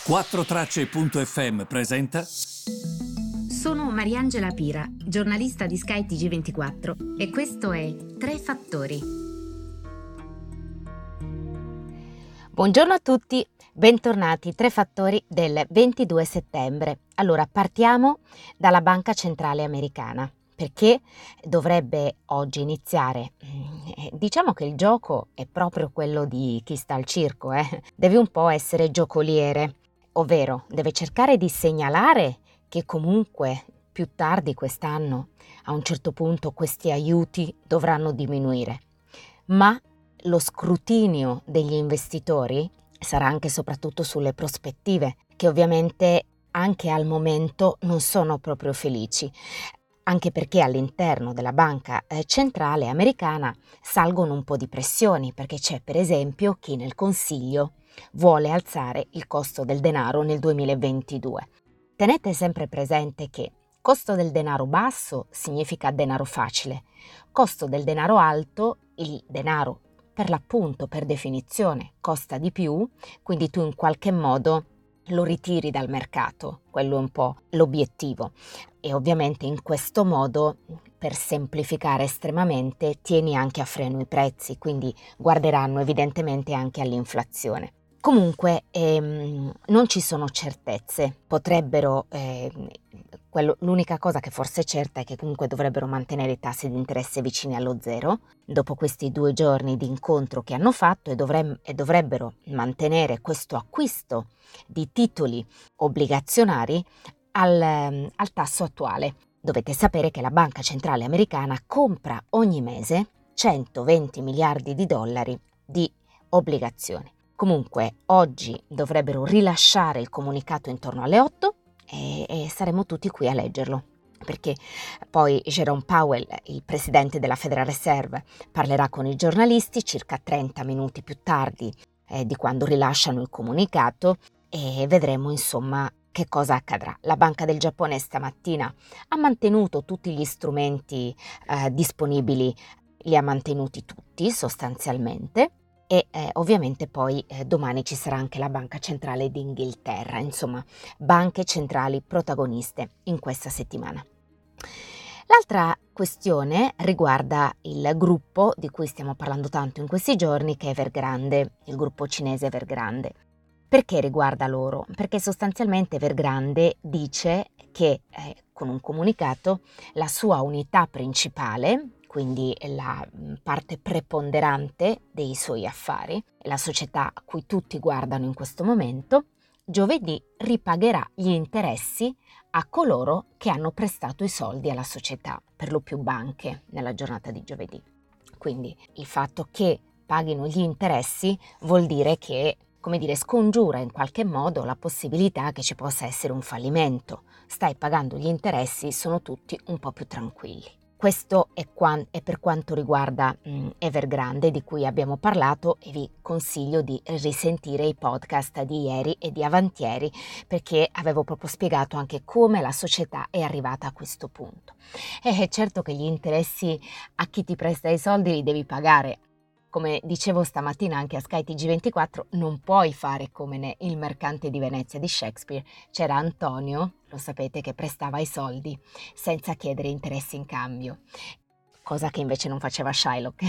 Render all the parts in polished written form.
4Tracce.fm presenta. Sono Mariangela Pira, giornalista di Sky TG24 e questo è Tre Fattori. Buongiorno a tutti, bentornati. Tre fattori del 22 settembre. Allora, partiamo dalla Banca Centrale Americana. Perché dovrebbe oggi iniziare? Diciamo che il gioco è proprio quello di chi sta al circo, Deve un po' essere giocoliere, ovvero deve cercare di segnalare che comunque più tardi quest'anno, a un certo punto, questi aiuti dovranno diminuire. Ma lo scrutinio degli investitori sarà anche e soprattutto sulle prospettive, che ovviamente anche al momento non sono proprio felici. Anche perché all'interno della banca centrale americana salgono un po' di pressioni, perché c'è per esempio chi nel Consiglio vuole alzare il costo del denaro nel 2022. Tenete sempre presente che costo del denaro basso significa denaro facile, costo del denaro alto, il denaro per l'appunto, per definizione, costa di più, quindi tu in qualche modo lo ritiri dal mercato, quello è un po' l'obiettivo. E ovviamente in questo modo, per semplificare estremamente, tieni anche a freno i prezzi, quindi guarderanno evidentemente anche all'inflazione. Comunque non ci sono certezze, potrebbero, l'unica cosa che forse è certa è che comunque dovrebbero mantenere i tassi di interesse vicini allo zero, dopo questi 2 giorni di incontro che hanno fatto, e dovrebbero mantenere questo acquisto di titoli obbligazionari al tasso attuale. Dovete sapere che la Banca Centrale Americana compra ogni mese 120 miliardi di dollari di obbligazioni. Comunque oggi dovrebbero rilasciare il comunicato intorno alle 8 e saremo tutti qui a leggerlo, perché poi Jerome Powell, il presidente della Federal Reserve, parlerà con i giornalisti circa 30 minuti più tardi di quando rilasciano il comunicato e vedremo insomma che cosa accadrà. La Banca del Giappone stamattina ha mantenuto tutti gli strumenti disponibili, li ha mantenuti tutti sostanzialmente. E ovviamente poi domani ci sarà anche la Banca Centrale d'Inghilterra, insomma, banche centrali protagoniste in questa settimana. L'altra questione riguarda il gruppo di cui stiamo parlando tanto in questi giorni, che è Evergrande, il gruppo cinese Evergrande. Perché riguarda loro? Perché sostanzialmente Evergrande dice che con un comunicato la sua unità principale, quindi la parte preponderante dei suoi affari, la società a cui tutti guardano in questo momento, giovedì ripagherà gli interessi a coloro che hanno prestato i soldi alla società, per lo più banche, nella giornata di giovedì. Quindi il fatto che paghino gli interessi vuol dire che, come dire, scongiura in qualche modo la possibilità che ci possa essere un fallimento. Stai pagando gli interessi, sono tutti un po' più tranquilli. Questo è per quanto riguarda Evergrande, di cui abbiamo parlato, e vi consiglio di risentire i podcast di ieri e di avantieri, perché avevo proprio spiegato anche come la società è arrivata a questo punto. E certo che gli interessi a chi ti presta i soldi li devi pagare. Come dicevo stamattina anche a Sky TG24, non puoi fare come Il mercante di Venezia di Shakespeare. C'era Antonio, lo sapete, che prestava i soldi senza chiedere interessi in cambio, cosa che invece non faceva Shylock.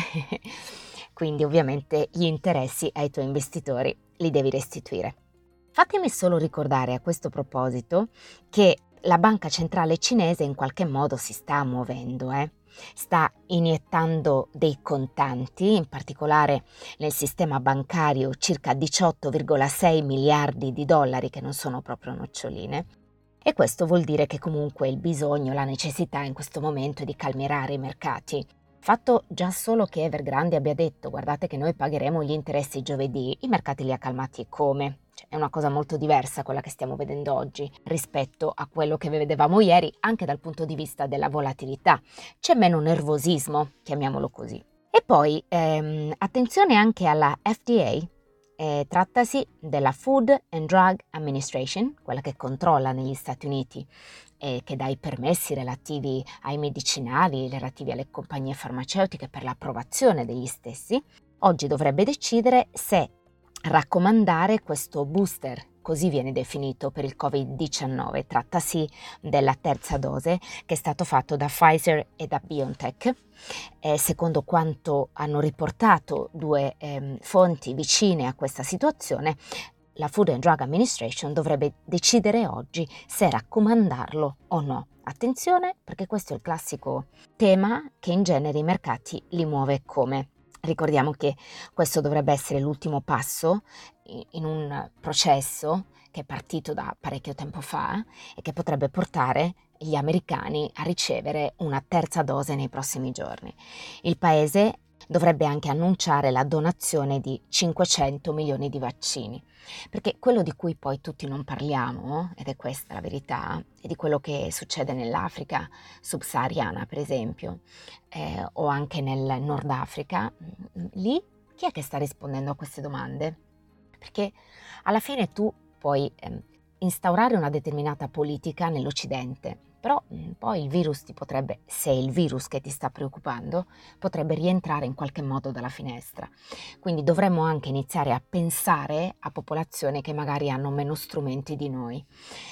Quindi ovviamente gli interessi ai tuoi investitori li devi restituire. Fatemi solo ricordare a questo proposito che la banca centrale cinese in qualche modo si sta muovendo, sta iniettando dei contanti, in particolare nel sistema bancario circa 18,6 miliardi di dollari, che non sono proprio noccioline, e questo vuol dire che comunque il bisogno, la necessità in questo momento è di calmierare i mercati. Fatto già solo che Evergrande abbia detto guardate che noi pagheremo gli interessi giovedì, i mercati li ha calmati come? È una cosa molto diversa quella che stiamo vedendo oggi rispetto a quello che vedevamo ieri, anche dal punto di vista della volatilità. C'è meno nervosismo, chiamiamolo così. E poi attenzione anche alla FDA, trattasi della Food and Drug Administration, quella che controlla negli Stati Uniti e che dà i permessi relativi ai medicinali, relativi alle compagnie farmaceutiche per l'approvazione degli stessi. Oggi dovrebbe decidere se raccomandare questo booster così viene definito per il Covid-19. Trattasi della terza dose che è stato fatto da Pfizer e da BioNTech. Secondo quanto hanno riportato due fonti vicine a questa situazione, la Food and Drug Administration dovrebbe decidere oggi se raccomandarlo o no. Attenzione, perché questo è il classico tema che in genere i mercati li muove come. Ricordiamo che questo dovrebbe essere l'ultimo passo in un processo che è partito da parecchio tempo fa e che potrebbe portare gli americani a ricevere una terza dose nei prossimi giorni. Il paese dovrebbe anche annunciare la donazione di 500 milioni di vaccini, perché quello di cui poi tutti non parliamo, ed è questa la verità, è di quello che succede nell'Africa subsahariana, per esempio, o anche nel Nord Africa. Lì chi è che sta rispondendo a queste domande? Perché alla fine tu puoi instaurare una determinata politica nell'Occidente, però poi il virus ti potrebbe, se è il virus che ti sta preoccupando, potrebbe rientrare in qualche modo dalla finestra. Quindi dovremmo anche iniziare a pensare a popolazioni che magari hanno meno strumenti di noi.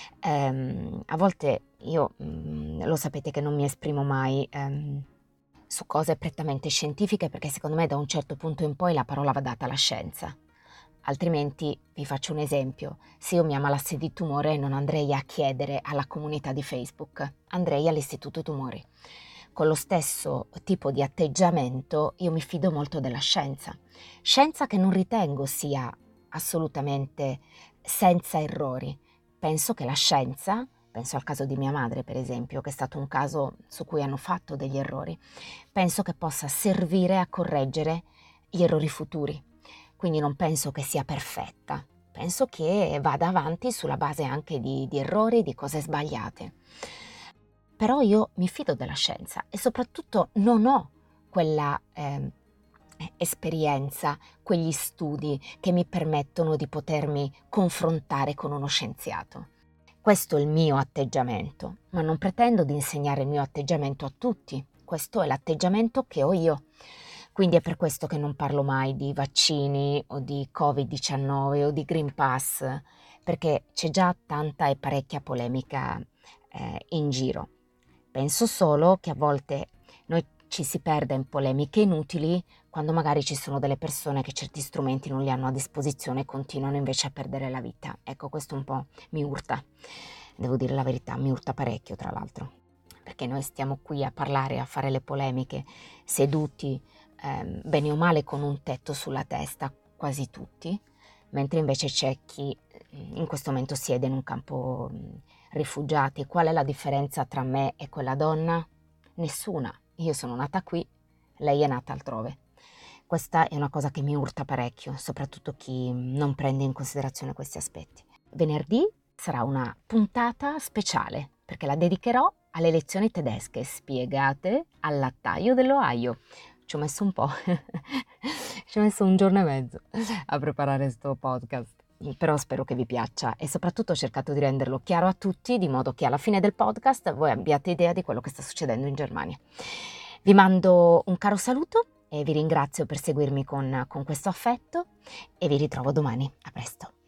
A volte io, lo sapete che non mi esprimo mai su cose prettamente scientifiche, perché secondo me da un certo punto in poi la parola va data alla scienza. Altrimenti, vi faccio un esempio, se io mi ammalassi di tumore non andrei a chiedere alla comunità di Facebook, andrei all'Istituto Tumori. Con lo stesso tipo di atteggiamento io mi fido molto della scienza che non ritengo sia assolutamente senza errori. Penso che la scienza, penso al caso di mia madre per esempio, che è stato un caso su cui hanno fatto degli errori, penso che possa servire a correggere gli errori futuri. Quindi non penso che sia perfetta, penso che vada avanti sulla base anche di errori, di cose sbagliate. Però io mi fido della scienza e soprattutto non ho quella esperienza, quegli studi che mi permettono di potermi confrontare con uno scienziato. Questo è il mio atteggiamento, ma non pretendo di insegnare il mio atteggiamento a tutti. Questo è l'atteggiamento che ho io. Quindi è per questo che non parlo mai di vaccini o di Covid-19 o di Green Pass, perché c'è già tanta e parecchia polemica in giro. Penso solo che a volte noi ci si perde in polemiche inutili quando magari ci sono delle persone che certi strumenti non li hanno a disposizione e continuano invece a perdere la vita. Ecco, questo un po' mi urta, devo dire la verità, mi urta parecchio tra l'altro, perché noi stiamo qui a parlare, a fare le polemiche, seduti bene o male con un tetto sulla testa, quasi tutti, mentre invece c'è chi in questo momento siede in un campo rifugiati. Qual è la differenza tra me e quella donna? Nessuna. Io sono nata qui, lei è nata altrove. Questa è una cosa che mi urta parecchio, soprattutto chi non prende in considerazione questi aspetti. Venerdì sarà una puntata speciale, perché la dedicherò alle lezioni tedesche spiegate al lattaio dell'Ohio. Ci ho messo un po', ci ho messo un giorno e mezzo a preparare questo podcast, però spero che vi piaccia e soprattutto ho cercato di renderlo chiaro a tutti, di modo che alla fine del podcast voi abbiate idea di quello che sta succedendo in Germania. Vi mando un caro saluto e vi ringrazio per seguirmi con questo affetto e vi ritrovo domani. A presto.